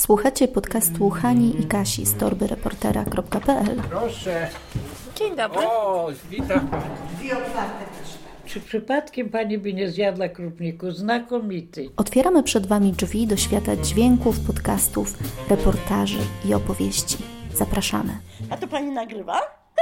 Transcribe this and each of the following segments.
Słuchacie podcastu Hani i Kasi z torbyreportera.pl. Proszę. Dzień dobry. O, witam. Drzwi otwarte też. Czy przypadkiem pani by nie zjadła krupniku? Znakomity. Otwieramy przed Wami drzwi do świata dźwięków, podcastów, reportaży i opowieści. Zapraszamy. A to pani nagrywa?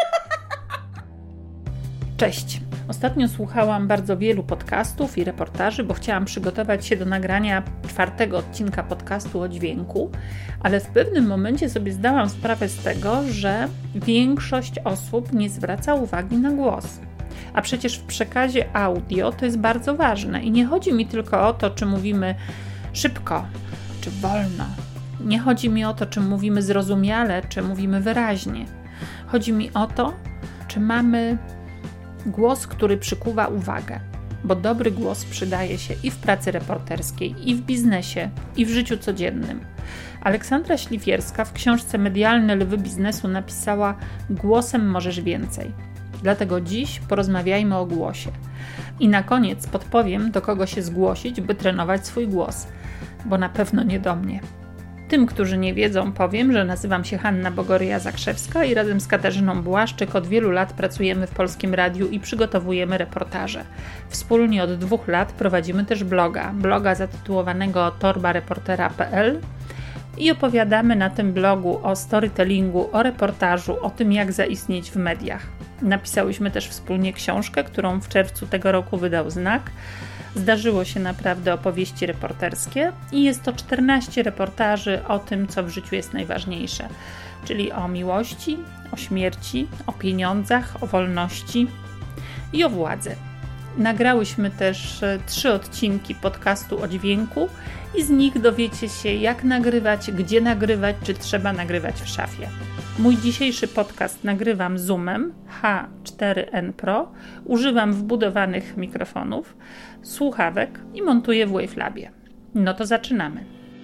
Cześć. Ostatnio słuchałam bardzo wielu podcastów i reportaży, bo chciałam przygotować się do nagrania 4. odcinka podcastu o dźwięku, ale w pewnym momencie sobie zdałam sprawę z tego, że większość osób nie zwraca uwagi na głos. A przecież w przekazie audio to jest bardzo ważne i nie chodzi mi tylko o to, czy mówimy szybko, czy wolno. Nie chodzi mi o to, czy mówimy zrozumiale, czy mówimy wyraźnie. Chodzi mi o to, czy mamy głos, który przykuwa uwagę, bo dobry głos przydaje się i w pracy reporterskiej, i w biznesie, i w życiu codziennym. Aleksandra Śliwierska w książce Medialne lwy biznesu napisała: głosem możesz więcej. Dlatego dziś porozmawiajmy o głosie. I na koniec podpowiem, do kogo się zgłosić, by trenować swój głos, bo na pewno nie do mnie. Tym, którzy nie wiedzą, powiem, że nazywam się Hanna Bogoryja-Zakrzewska i razem z Katarzyną Błaszczyk od wielu lat pracujemy w Polskim Radiu i przygotowujemy reportaże. Wspólnie od 2 lat prowadzimy też bloga zatytułowanego torbareportera.pl i opowiadamy na tym blogu o storytellingu, o reportażu, o tym, jak zaistnieć w mediach. Napisałyśmy też wspólnie książkę, którą w czerwcu tego roku wydał Znak. Zdarzyło się naprawdę opowieści reporterskie i jest to 14 reportaży o tym, co w życiu jest najważniejsze, czyli o miłości, o śmierci, o pieniądzach, o wolności i o władzy. Nagrałyśmy też 3 odcinki podcastu o dźwięku i z nich dowiecie się, jak nagrywać, gdzie nagrywać, czy trzeba nagrywać w szafie. Mój dzisiejszy podcast nagrywam Zoomem H4n Pro, używam wbudowanych mikrofonów, słuchawek i montuję w Wavelabie. No to zaczynamy.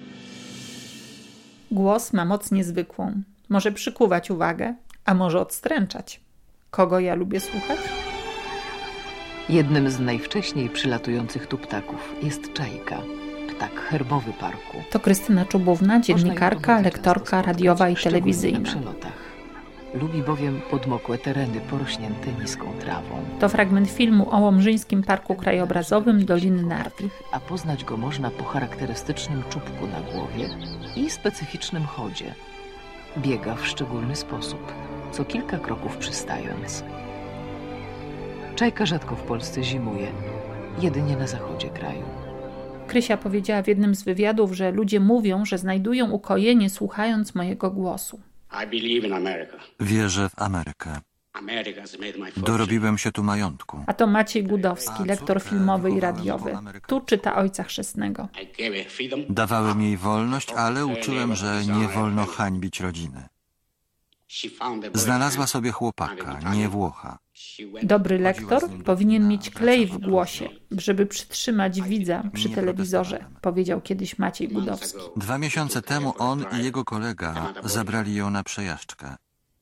Głos ma moc niezwykłą. Może przykuwać uwagę, a może odstręczać. Kogo ja lubię słuchać? Jednym z najwcześniej przylatujących tu ptaków jest czajka, ptak herbowy parku. To Krystyna Czubówna, dziennikarka, lektorka radiowa i telewizyjna. Na przelotach. Lubi bowiem podmokłe tereny porośnięte niską trawą. To fragment filmu o Łomżyńskim Parku Krajobrazowym Doliny Narwi. A poznać go można po charakterystycznym czubku na głowie i specyficznym chodzie. Biega w szczególny sposób, co kilka kroków przystając. Czajka rzadko w Polsce zimuje, jedynie na zachodzie kraju. Krysia powiedziała w jednym z wywiadów, że ludzie mówią, że znajdują ukojenie słuchając mojego głosu. Wierzę w Amerykę. Dorobiłem się tu majątku. A to Maciej Gudowski, lektor filmowy i radiowy. Tu czyta Ojca Chrzestnego. Dawałem jej wolność, ale uczyłem, że nie wolno hańbić rodziny. Znalazła sobie chłopaka, nie Włocha. Dobry lektor powinien mieć klej w głosie, żeby przytrzymać widza przy telewizorze, powiedział kiedyś Maciej Gudowski. 2 miesiące temu on i jego kolega zabrali ją na przejażdżkę.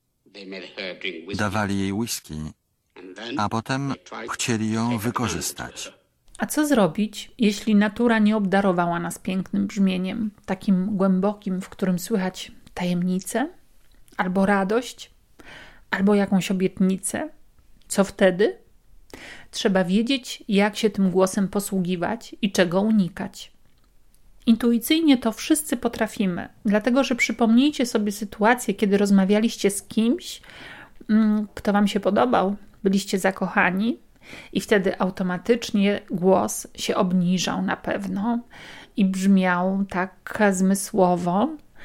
Dawali jej whisky, a potem chcieli ją wykorzystać. A co zrobić, jeśli natura nie obdarowała nas pięknym brzmieniem, takim głębokim, w którym słychać tajemnicę, albo radość, albo jakąś obietnicę? Co wtedy? Trzeba wiedzieć, jak się tym głosem posługiwać i czego unikać. Intuicyjnie to wszyscy potrafimy, dlatego że przypomnijcie sobie sytuację, kiedy rozmawialiście z kimś, kto wam się podobał, byliście zakochani i wtedy automatycznie głos się obniżał na pewno i brzmiał tak zmysłowo,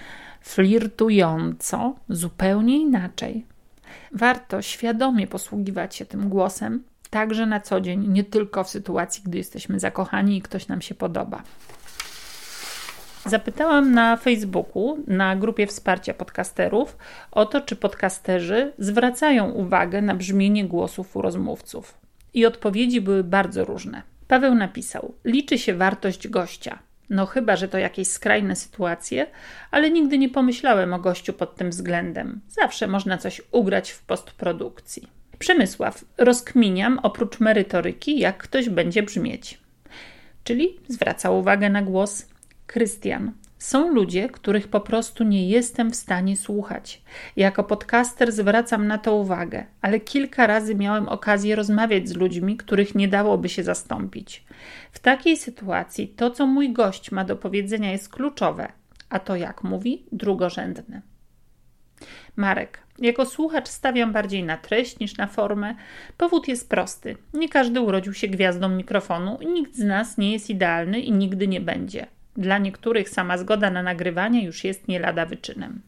flirtująco, zupełnie inaczej. Warto świadomie posługiwać się tym głosem, także na co dzień, nie tylko w sytuacji, gdy jesteśmy zakochani i ktoś nam się podoba. Zapytałam na Facebooku, na grupie wsparcia podcasterów, o to, czy podcasterzy zwracają uwagę na brzmienie głosów u rozmówców. I odpowiedzi były bardzo różne. Paweł napisał: liczy się wartość gościa. No chyba, że to jakieś skrajne sytuacje, ale nigdy nie pomyślałem o gościu pod tym względem. Zawsze można coś ugrać w postprodukcji. Przemysław: rozkminiam oprócz merytoryki, jak ktoś będzie brzmieć. Czyli zwraca uwagę na głos. Krystian: Są ludzie, których po prostu nie jestem w stanie słuchać. Jako podcaster zwracam na to uwagę, ale kilka razy miałem okazję rozmawiać z ludźmi, których nie dałoby się zastąpić. W takiej sytuacji to, co mój gość ma do powiedzenia, jest kluczowe, a to, jak mówi, drugorzędne. Marek. Jako słuchacz stawiam bardziej na treść niż na formę. Powód jest prosty. Nie każdy urodził się gwiazdą mikrofonu i nikt z nas nie jest idealny i nigdy nie będzie. Dla niektórych sama zgoda na nagrywanie już jest nie lada wyczynem.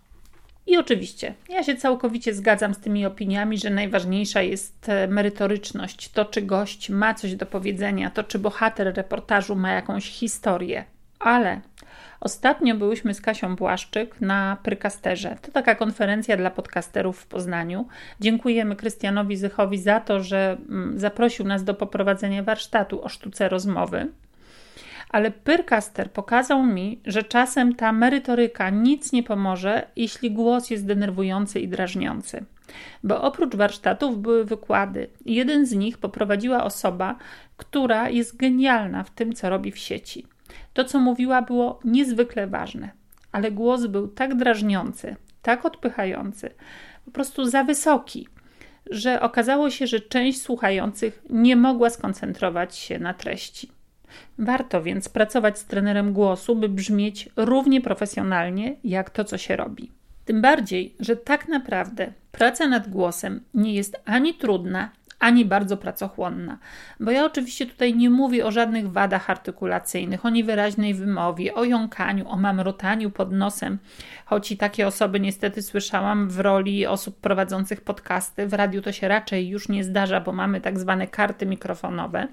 I oczywiście, ja się całkowicie zgadzam z tymi opiniami, że najważniejsza jest merytoryczność, to czy gość ma coś do powiedzenia, to czy bohater reportażu ma jakąś historię. Ale ostatnio byłyśmy z Kasią Błaszczyk na Pyrcasterze. To taka konferencja dla podcasterów w Poznaniu. Dziękujemy Krystianowi Zychowi za to, że zaprosił nas do poprowadzenia warsztatu o sztuce rozmowy. Ale Pyrcaster pokazał mi, że czasem ta merytoryka nic nie pomoże, jeśli głos jest denerwujący i drażniący. Bo oprócz warsztatów były wykłady. Jeden z nich poprowadziła osoba, która jest genialna w tym, co robi w sieci. To, co mówiła, było niezwykle ważne, ale głos był tak drażniący, tak odpychający, po prostu za wysoki, że okazało się, że część słuchających nie mogła skoncentrować się na treści. Warto więc pracować z trenerem głosu, by brzmieć równie profesjonalnie jak to, co się robi. Tym bardziej, że tak naprawdę praca nad głosem nie jest ani trudna, ani bardzo pracochłonna. Bo ja oczywiście tutaj nie mówię o żadnych wadach artykulacyjnych, o niewyraźnej wymowie, o jąkaniu, o mamrotaniu pod nosem, choć i takie osoby niestety słyszałam w roli osób prowadzących podcasty. W radiu to się raczej już nie zdarza, bo mamy tak zwane karty mikrofonowe.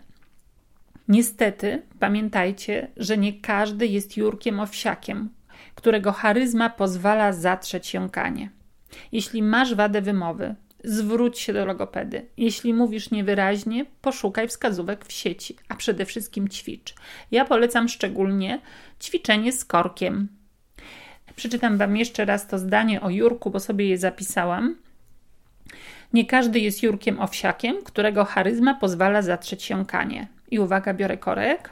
Niestety pamiętajcie, że nie każdy jest Jurkiem Owsiakiem, którego charyzma pozwala zatrzeć jąkanie. Jeśli masz wadę wymowy, zwróć się do logopedy. Jeśli mówisz niewyraźnie, poszukaj wskazówek w sieci, a przede wszystkim ćwicz. Ja polecam szczególnie ćwiczenie z korkiem. Przeczytam Wam jeszcze raz to zdanie o Jurku, bo sobie je zapisałam. Nie każdy jest Jurkiem Owsiakiem, którego charyzma pozwala zatrzeć jąkanie. I uwaga, biorę korek.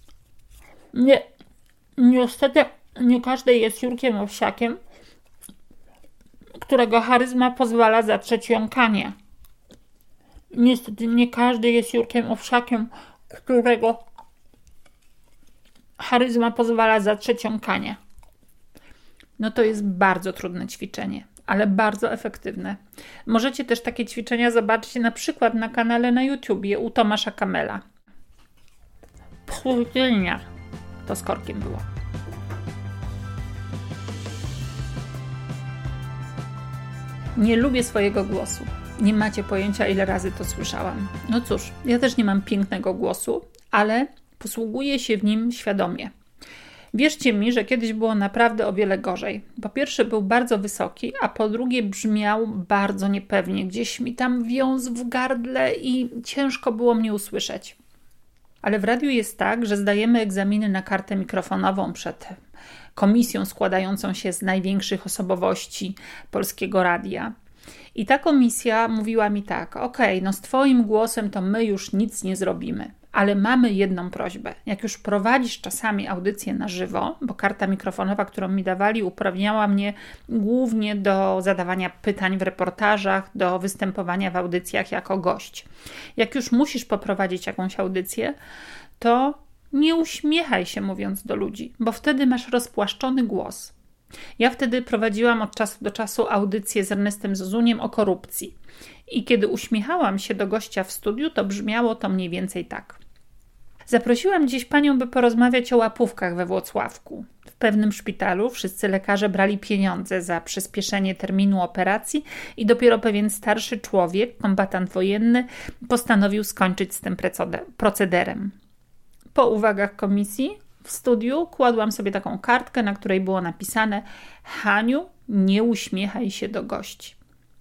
Niestety nie każdy jest Jurkiem Owsiakiem, którego charyzma pozwala zatrzeć jąkanie. Niestety nie każdy jest Jurkiem Owsiakiem, którego charyzma pozwala zatrzeć jąkanie. No to jest bardzo trudne ćwiczenie, ale bardzo efektywne. Możecie też takie ćwiczenia zobaczyć na przykład na kanale na YouTubie u Tomasza Kamela. Powodzenia. To z korkiem było. Nie lubię swojego głosu. Nie macie pojęcia, ile razy to słyszałam. No cóż, ja też nie mam pięknego głosu, ale posługuję się w nim świadomie. Wierzcie mi, że kiedyś było naprawdę o wiele gorzej. Po pierwsze był bardzo wysoki, a po drugie brzmiał bardzo niepewnie. Gdzieś mi tam wiązł w gardle i ciężko było mnie usłyszeć. Ale w radiu jest tak, że zdajemy egzaminy na kartę mikrofonową przed komisją składającą się z największych osobowości polskiego radia. I ta komisja mówiła mi tak: okej, no z Twoim głosem to my już nic nie zrobimy, ale mamy jedną prośbę. Jak już prowadzisz czasami audycję na żywo, bo karta mikrofonowa, którą mi dawali, uprawniała mnie głównie do zadawania pytań w reportażach, do występowania w audycjach jako gość. Jak już musisz poprowadzić jakąś audycję, to nie uśmiechaj się mówiąc do ludzi, bo wtedy masz rozpłaszczony głos. Ja wtedy prowadziłam od czasu do czasu audycję z Ernestem Zozuniem o korupcji. I kiedy uśmiechałam się do gościa w studiu, to brzmiało to mniej więcej tak. Zaprosiłam dziś panią, by porozmawiać o łapówkach we Włocławku. W pewnym szpitalu wszyscy lekarze brali pieniądze za przyspieszenie terminu operacji i dopiero pewien starszy człowiek, kombatant wojenny, postanowił skończyć z tym procederem. Po uwagach komisji w studiu kładłam sobie taką kartkę, na której było napisane: Haniu, nie uśmiechaj się do gości.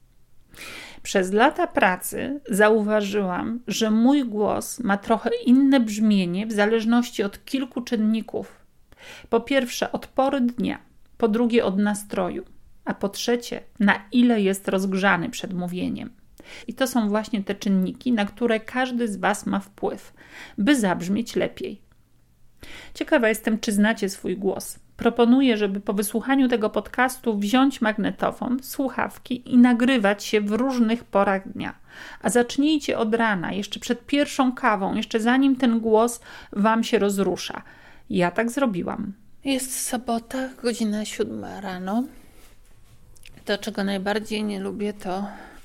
Przez lata pracy zauważyłam, że mój głos ma trochę inne brzmienie w zależności od kilku czynników. Po pierwsze od pory dnia, po drugie od nastroju, a po trzecie na ile jest rozgrzany przed mówieniem. I to są właśnie te czynniki, na które każdy z Was ma wpływ, by zabrzmieć lepiej. Ciekawa jestem, czy znacie swój głos. proponuję, żeby po wysłuchaniu tego podcastu wziąć magnetofon, słuchawki i nagrywać się w różnych porach dnia. A zacznijcie od rana, jeszcze przed pierwszą kawą, jeszcze zanim ten głos Wam się rozrusza. Ja tak zrobiłam. Jest sobota, godzina 7 rano. To, czego najbardziej nie lubię, to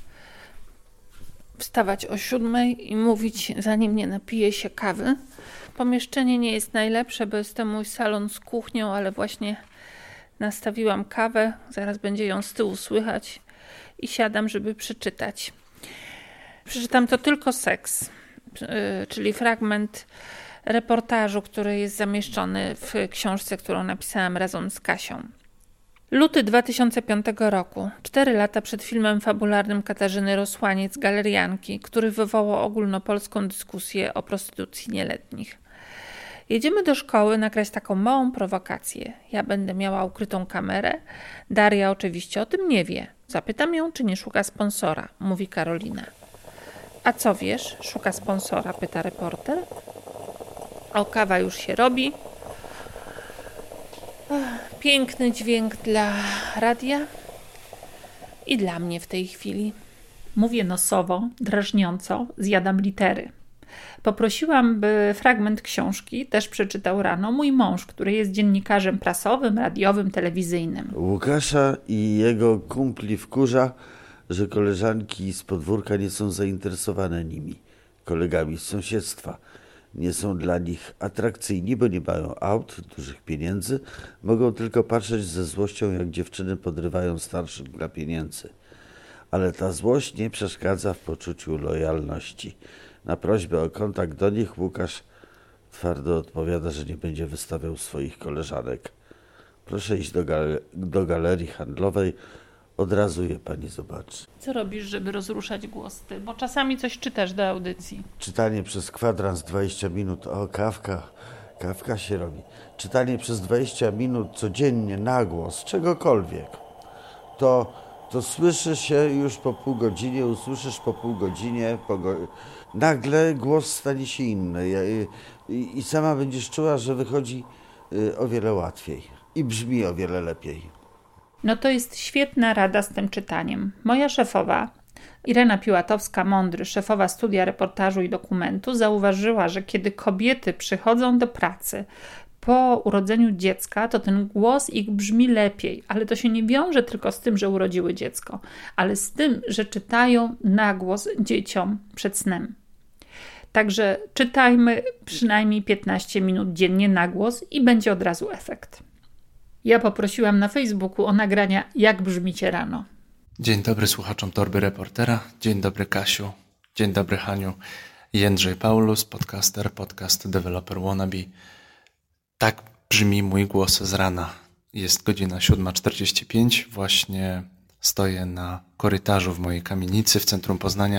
wstawać o 7 i mówić, zanim nie napiję się kawy. Pomieszczenie nie jest najlepsze, bo jest to mój salon z kuchnią, ale właśnie nastawiłam kawę, zaraz będzie ją z tyłu słychać i siadam, żeby przeczytać. Przeczytam to tylko seks, czyli fragment reportażu, który jest zamieszczony w książce, którą napisałam razem z Kasią. Luty 2005 roku, 4 lata przed filmem fabularnym Katarzyny Rosłaniec Galerianki, który wywołał ogólnopolską dyskusję o prostytucji nieletnich. Jedziemy do szkoły nagrać taką małą prowokację. Ja będę miała ukrytą kamerę. Daria oczywiście o tym nie wie. Zapytam ją, czy nie szuka sponsora, mówi Karolina. A co wiesz? Szuka sponsora, pyta reporter. O, kawa już się robi. Piękny dźwięk dla radia i dla mnie w tej chwili. Mówię nosowo, drażniąco, zjadam litery. Poprosiłam, by fragment książki też przeczytał rano mój mąż, który jest dziennikarzem prasowym, radiowym, telewizyjnym. Łukasza i jego kumpli wkurza, że koleżanki z podwórka nie są zainteresowane nimi, kolegami z sąsiedztwa. Nie są dla nich atrakcyjni, bo nie mają aut, dużych pieniędzy. Mogą tylko patrzeć ze złością, jak dziewczyny podrywają starszych dla pieniędzy. Ale ta złość nie przeszkadza w poczuciu lojalności. Na prośbę o kontakt do nich Łukasz twardo odpowiada, że nie będzie wystawiał swoich koleżanek. Proszę iść do galerii handlowej, od razu je pani zobaczy. Co robisz, żeby rozruszać głos ty? Bo czasami coś czytasz do audycji. Czytanie przez kwadrans 20 minut. O, kawka się robi. Czytanie przez 20 minut codziennie na głos, czegokolwiek. To słyszy się już po pół godzinie, usłyszysz po pół godzinie, nagle głos stanie się inny i sama będziesz czuła, że wychodzi o wiele łatwiej i brzmi o wiele lepiej. No to jest świetna rada z tym czytaniem. Moja szefowa, Irena Piłatowska-Mądry, szefowa studia reportażu i dokumentu, zauważyła, że kiedy kobiety przychodzą do pracy po urodzeniu dziecka, to ten głos ich brzmi lepiej, ale to się nie wiąże tylko z tym, że urodziły dziecko, ale z tym, że czytają na głos dzieciom przed snem. Także czytajmy przynajmniej 15 minut dziennie na głos i będzie od razu efekt. Ja poprosiłam na Facebooku o nagrania Jak brzmicie rano. Dzień dobry słuchaczom Torby Reportera. Dzień dobry Kasiu. Dzień dobry Haniu. Jędrzej Paulus, podcaster, podcast Developer Wannabe. Tak brzmi mój głos z rana. Jest godzina 7:45. Właśnie stoję na korytarzu w mojej kamienicy w centrum Poznania.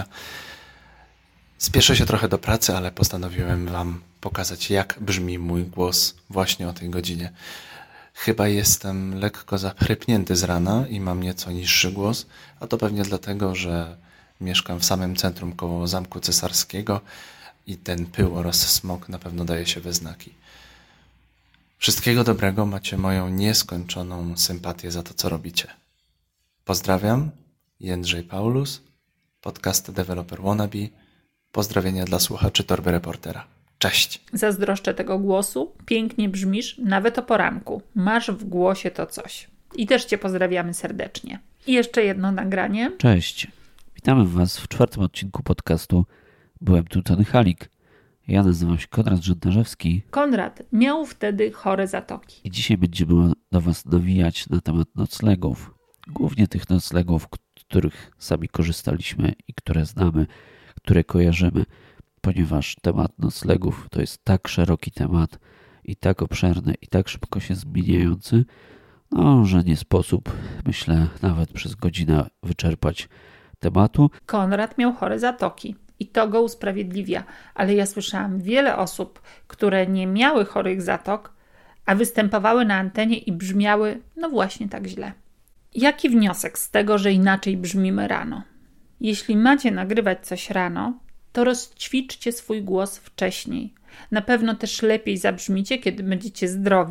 Spieszę się trochę do pracy, ale postanowiłem Wam pokazać, jak brzmi mój głos właśnie o tej godzinie. Chyba jestem lekko zachrypnięty z rana i mam nieco niższy głos, a to pewnie dlatego, że mieszkam w samym centrum koło Zamku Cesarskiego i ten pył oraz smog na pewno daje się we znaki. Wszystkiego dobrego, macie moją nieskończoną sympatię za to, co robicie. Pozdrawiam, Jędrzej Paulus, podcast Developer Wannabe. Pozdrowienia dla słuchaczy Torby Reportera. Cześć. Zazdroszczę tego głosu. Pięknie brzmisz, nawet o poranku. Masz w głosie to coś. I też Cię pozdrawiamy serdecznie. I jeszcze jedno nagranie. Cześć. Witamy Was w 4. odcinku podcastu Byłem tu Tony Halik. Ja nazywam się Konrad Żantarzewski. Konrad miał wtedy chore zatoki. I dzisiaj będziemy do Was nawijać na temat noclegów. Głównie tych noclegów, których sami korzystaliśmy i które znamy, które kojarzymy. Ponieważ temat noclegów to jest tak szeroki temat i tak obszerny i tak szybko się zmieniający, że nie sposób, myślę, nawet przez godzinę wyczerpać tematu. Konrad miał chore zatoki i to go usprawiedliwia, ale ja słyszałam wiele osób, które nie miały chorych zatok, a występowały na antenie i brzmiały właśnie tak źle. Jaki wniosek z tego, że inaczej brzmimy rano? Jeśli macie nagrywać coś rano, to rozćwiczcie swój głos wcześniej. Na pewno też lepiej zabrzmicie, kiedy będziecie zdrowi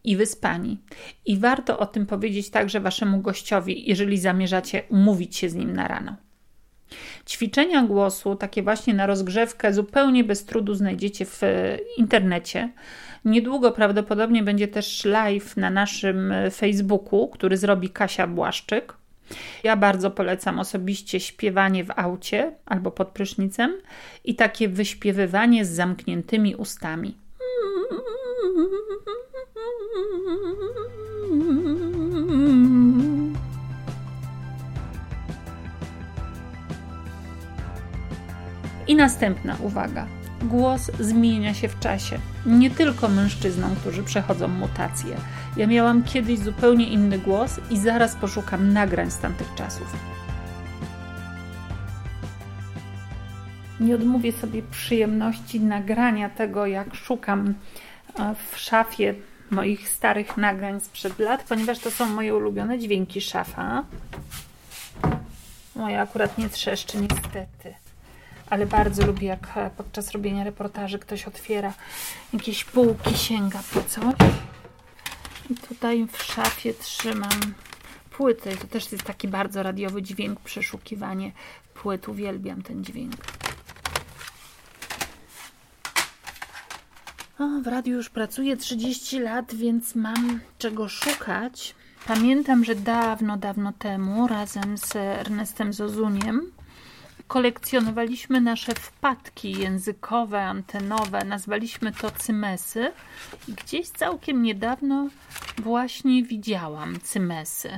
i wyspani. I warto o tym powiedzieć także waszemu gościowi, jeżeli zamierzacie umówić się z nim na rano. Ćwiczenia głosu, takie właśnie na rozgrzewkę, zupełnie bez trudu znajdziecie w internecie. Niedługo prawdopodobnie będzie też live na naszym Facebooku, który zrobi Kasia Błaszczyk. Ja bardzo polecam osobiście śpiewanie w aucie albo pod prysznicem i takie wyśpiewywanie z zamkniętymi ustami. I następna uwaga. Głos zmienia się w czasie. Nie tylko mężczyznom, którzy przechodzą mutacje. Ja miałam kiedyś zupełnie inny głos i zaraz poszukam nagrań z tamtych czasów. Nie odmówię sobie przyjemności nagrania tego, jak szukam w szafie moich starych nagrań sprzed lat, ponieważ to są moje ulubione dźwięki. Szafa. Moja akurat nie trzeszczy niestety. Ale bardzo lubię, jak podczas robienia reportaży ktoś otwiera jakieś półki, sięga po coś. I tutaj w szafie trzymam płyty. To też jest taki bardzo radiowy dźwięk, przeszukiwanie płyt. Uwielbiam ten dźwięk. W radiu już pracuję 30 lat, więc mam czego szukać. Pamiętam, że dawno temu razem z Ernestem Zozuniem kolekcjonowaliśmy nasze wpadki językowe, antenowe, nazwaliśmy to cymesy i gdzieś całkiem niedawno właśnie widziałam cymesy.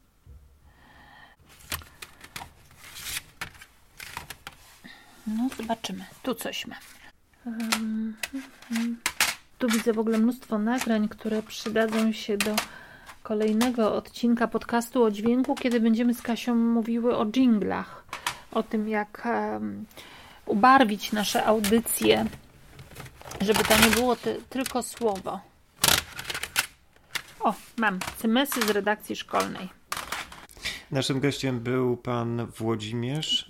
No zobaczymy, tu coś mam. Tu widzę w ogóle mnóstwo nagrań, które przydadzą się do kolejnego odcinka podcastu o dźwięku, kiedy będziemy z Kasią mówiły o dżinglach. O tym, jak ubarwić nasze audycje, żeby to nie było tylko słowo. O, mam cymesy z redakcji szkolnej. Naszym gościem był pan Włodzimierz.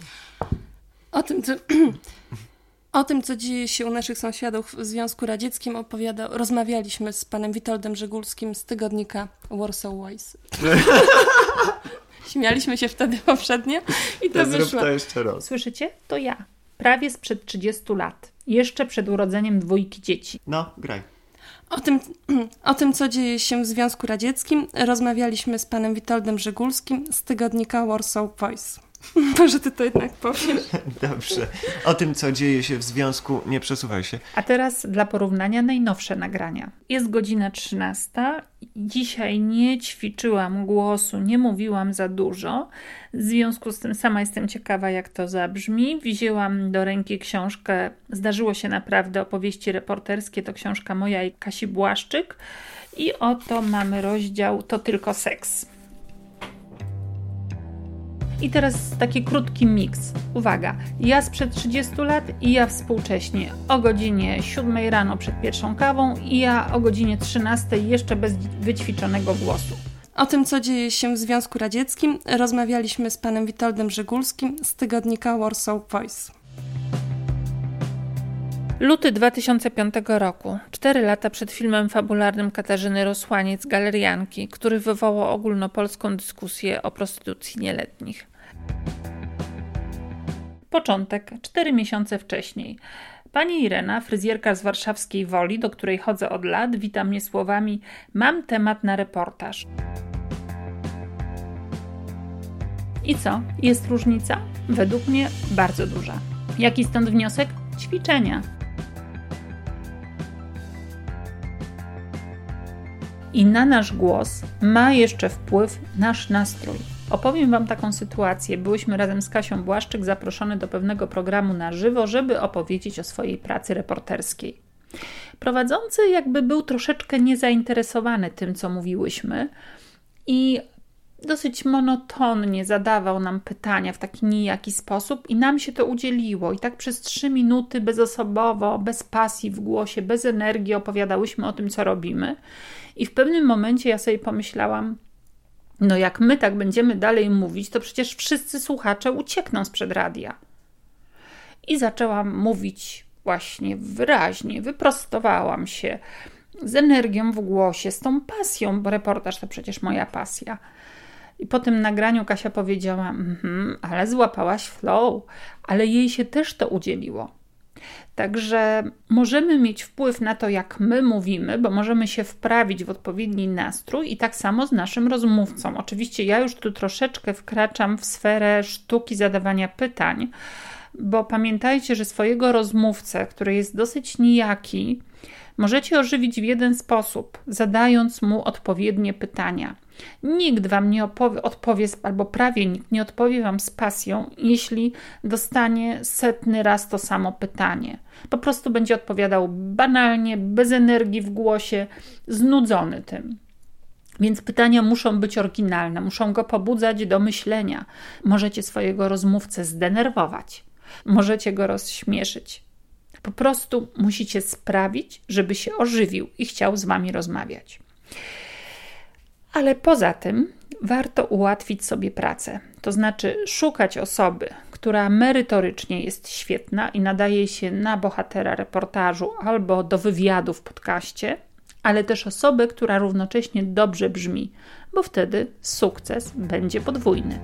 O tym, co dzieje się u naszych sąsiadów w Związku Radzieckim, rozmawialiśmy z panem Witoldem Żegulskim z tygodnika Warsaw Voice. Śmialiśmy się wtedy poprzednio i to wyszło. Zrób to jeszcze raz. Słyszycie? To ja. Prawie sprzed 30 lat. Jeszcze przed urodzeniem 2 dzieci. No, graj. O tym, co dzieje się w Związku Radzieckim, rozmawialiśmy z panem Witoldem Żegulskim z tygodnika Warsaw Voice. Może ty to jednak powiesz. Dobrze. O tym, co dzieje się w związku, nie przesuwaj się. A teraz dla porównania najnowsze nagrania. Jest godzina 13. Dzisiaj nie ćwiczyłam głosu, nie mówiłam za dużo. W związku z tym sama jestem ciekawa, jak to zabrzmi. Wzięłam do ręki książkę Zdarzyło się naprawdę, opowieści reporterskie. To książka moja i Kasi Błaszczyk. I oto mamy rozdział To tylko seks. I teraz taki krótki miks. Uwaga, ja sprzed 30 lat i ja współcześnie. O godzinie 7 rano przed pierwszą kawą i ja o godzinie 13 jeszcze bez wyćwiczonego głosu. O tym, co dzieje się w Związku Radzieckim, rozmawialiśmy z panem Witoldem Żegulskim z tygodnika Warsaw Voice. Luty 2005 roku, 4 lata przed filmem fabularnym Katarzyny Rosłaniec Galerianki, który wywołał ogólnopolską dyskusję o prostytucji nieletnich. Początek, 4 miesiące wcześniej. Pani Irena, fryzjerka z warszawskiej Woli, do której chodzę od lat, wita mnie słowami: mam temat na reportaż. I co? Jest różnica? Według mnie bardzo duża. Jaki stąd wniosek? Ćwiczenia. I na nasz głos ma jeszcze wpływ nasz nastrój. Opowiem Wam taką sytuację. Byłyśmy razem z Kasią Błaszczyk zaproszone do pewnego programu na żywo, żeby opowiedzieć o swojej pracy reporterskiej. Prowadzący jakby był troszeczkę niezainteresowany tym, co mówiłyśmy i dosyć monotonnie zadawał nam pytania w taki nijaki sposób i nam się to udzieliło. I tak przez 3 minuty bezosobowo, bez pasji w głosie, bez energii opowiadałyśmy o tym, co robimy. I w pewnym momencie ja sobie pomyślałam, no jak my tak będziemy dalej mówić, to przecież wszyscy słuchacze uciekną sprzed radia. I zaczęłam mówić właśnie wyraźnie, wyprostowałam się. z energią w głosie, z tą pasją, bo reportaż to przecież moja pasja. I po tym nagraniu Kasia powiedziała, ale złapałaś flow, ale jej się też to udzieliło. Także możemy mieć wpływ na to, jak my mówimy, bo możemy się wprawić w odpowiedni nastrój i tak samo z naszym rozmówcą. Oczywiście ja już tu troszeczkę wkraczam w sferę sztuki zadawania pytań, bo pamiętajcie, że swojego rozmówcę, który jest dosyć nijaki, możecie ożywić w jeden sposób, zadając mu odpowiednie pytania. Nikt wam nie odpowie, albo prawie nikt nie odpowie wam z pasją, jeśli dostanie 100 raz to samo pytanie. Po prostu będzie odpowiadał banalnie, bez energii w głosie, znudzony tym. Więc pytania muszą być oryginalne, muszą go pobudzać do myślenia. Możecie swojego rozmówcę zdenerwować, możecie go rozśmieszyć. Po prostu musicie sprawić, żeby się ożywił i chciał z wami rozmawiać. Ale poza tym warto ułatwić sobie pracę. To znaczy szukać osoby, która merytorycznie jest świetna i nadaje się na bohatera reportażu albo do wywiadu w podcaście, ale też osobę, która równocześnie dobrze brzmi, bo wtedy sukces będzie podwójny.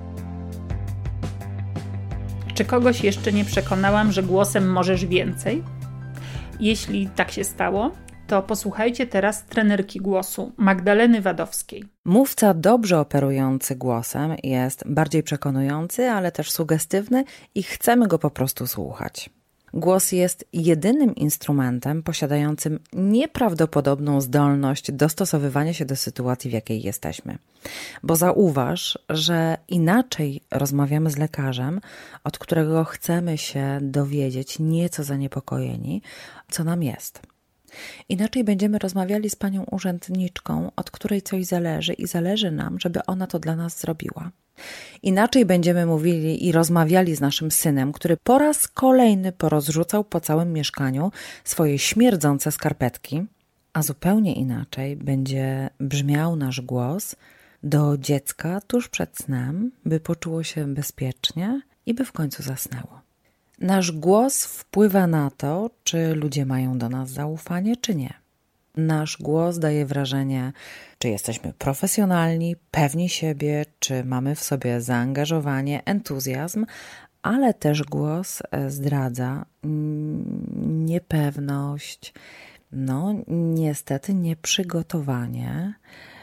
Czy kogoś jeszcze nie przekonałam, że głosem możesz więcej? Jeśli tak się stało, to posłuchajcie teraz trenerki głosu Magdaleny Wadowskiej. Mówca dobrze operujący głosem jest bardziej przekonujący, ale też sugestywny i chcemy go po prostu słuchać. Głos jest jedynym instrumentem posiadającym nieprawdopodobną zdolność dostosowywania się do sytuacji, w jakiej jesteśmy. Bo zauważ, że inaczej rozmawiamy z lekarzem, od którego chcemy się dowiedzieć, nieco zaniepokojeni, co nam jest. Inaczej będziemy rozmawiali z panią urzędniczką, od której coś zależy i zależy nam, żeby ona to dla nas zrobiła. Inaczej będziemy mówili i rozmawiali z naszym synem, który po raz kolejny porozrzucał po całym mieszkaniu swoje śmierdzące skarpetki, a zupełnie inaczej będzie brzmiał nasz głos do dziecka tuż przed snem, by poczuło się bezpiecznie i by w końcu zasnęło. Nasz głos wpływa na to, czy ludzie mają do nas zaufanie, czy nie. Nasz głos daje wrażenie, czy jesteśmy profesjonalni, pewni siebie, czy mamy w sobie zaangażowanie, entuzjazm, ale też głos zdradza niepewność, niestety nieprzygotowanie,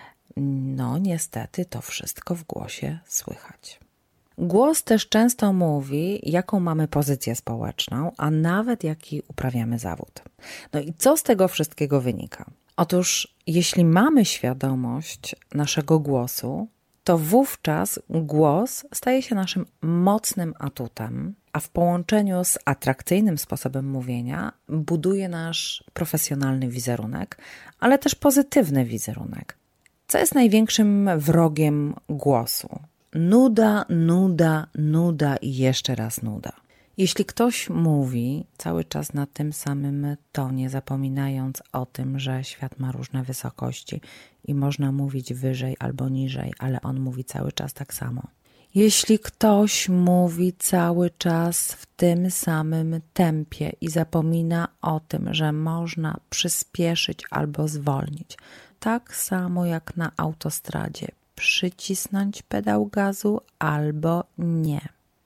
niestety to wszystko w głosie słychać. Głos też często mówi, jaką mamy pozycję społeczną, a nawet jaki uprawiamy zawód. I co z tego wszystkiego wynika? Otóż, jeśli mamy świadomość naszego głosu, to wówczas głos staje się naszym mocnym atutem, a w połączeniu z atrakcyjnym sposobem mówienia buduje nasz profesjonalny wizerunek, ale też pozytywny wizerunek. Co jest największym wrogiem głosu? Nuda, nuda, nuda i jeszcze raz nuda. Jeśli ktoś mówi cały czas na tym samym tonie, zapominając o tym, że świat ma różne wysokości i można mówić wyżej albo niżej, ale on mówi cały czas tak samo. Jeśli ktoś mówi cały czas w tym samym tempie i zapomina o tym, że można przyspieszyć albo zwolnić, tak samo jak na autostradzie, przycisnąć pedał gazu albo nie.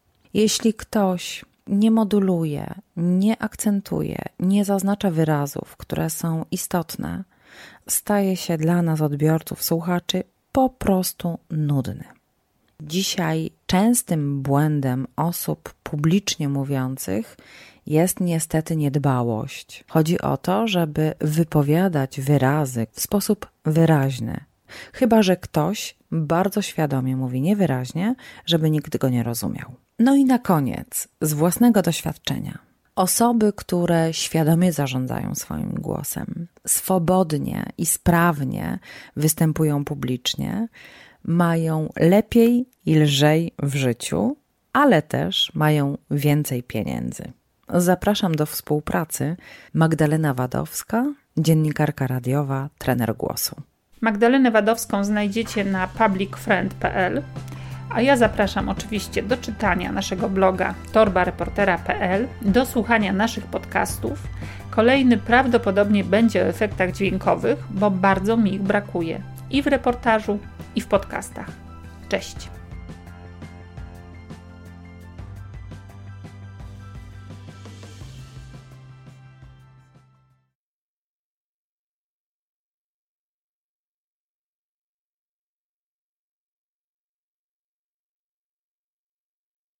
Jeśli ktoś nie moduluje, nie akcentuje, nie zaznacza wyrazów, które są istotne, staje się dla nas, odbiorców, słuchaczy, po prostu nudny. Dzisiaj częstym błędem osób publicznie mówiących jest niestety niedbałość. Chodzi o to, żeby wypowiadać wyrazy w sposób wyraźny. Chyba że ktoś bardzo świadomie mówi niewyraźnie, żeby nikt go nie rozumiał. I na koniec, z własnego doświadczenia. Osoby, które świadomie zarządzają swoim głosem, swobodnie i sprawnie występują publicznie, mają lepiej i lżej w życiu, ale też mają więcej pieniędzy. Zapraszam do współpracy. Magdalena Wadowska, dziennikarka radiowa, trener głosu. Magdalenę Wadowską znajdziecie na publicfriend.pl, a ja zapraszam oczywiście do czytania naszego bloga torbareportera.pl, do słuchania naszych podcastów, Kolejny prawdopodobnie będzie o efektach dźwiękowych, bo bardzo mi ich brakuje i w reportażu, i w podcastach. Cześć!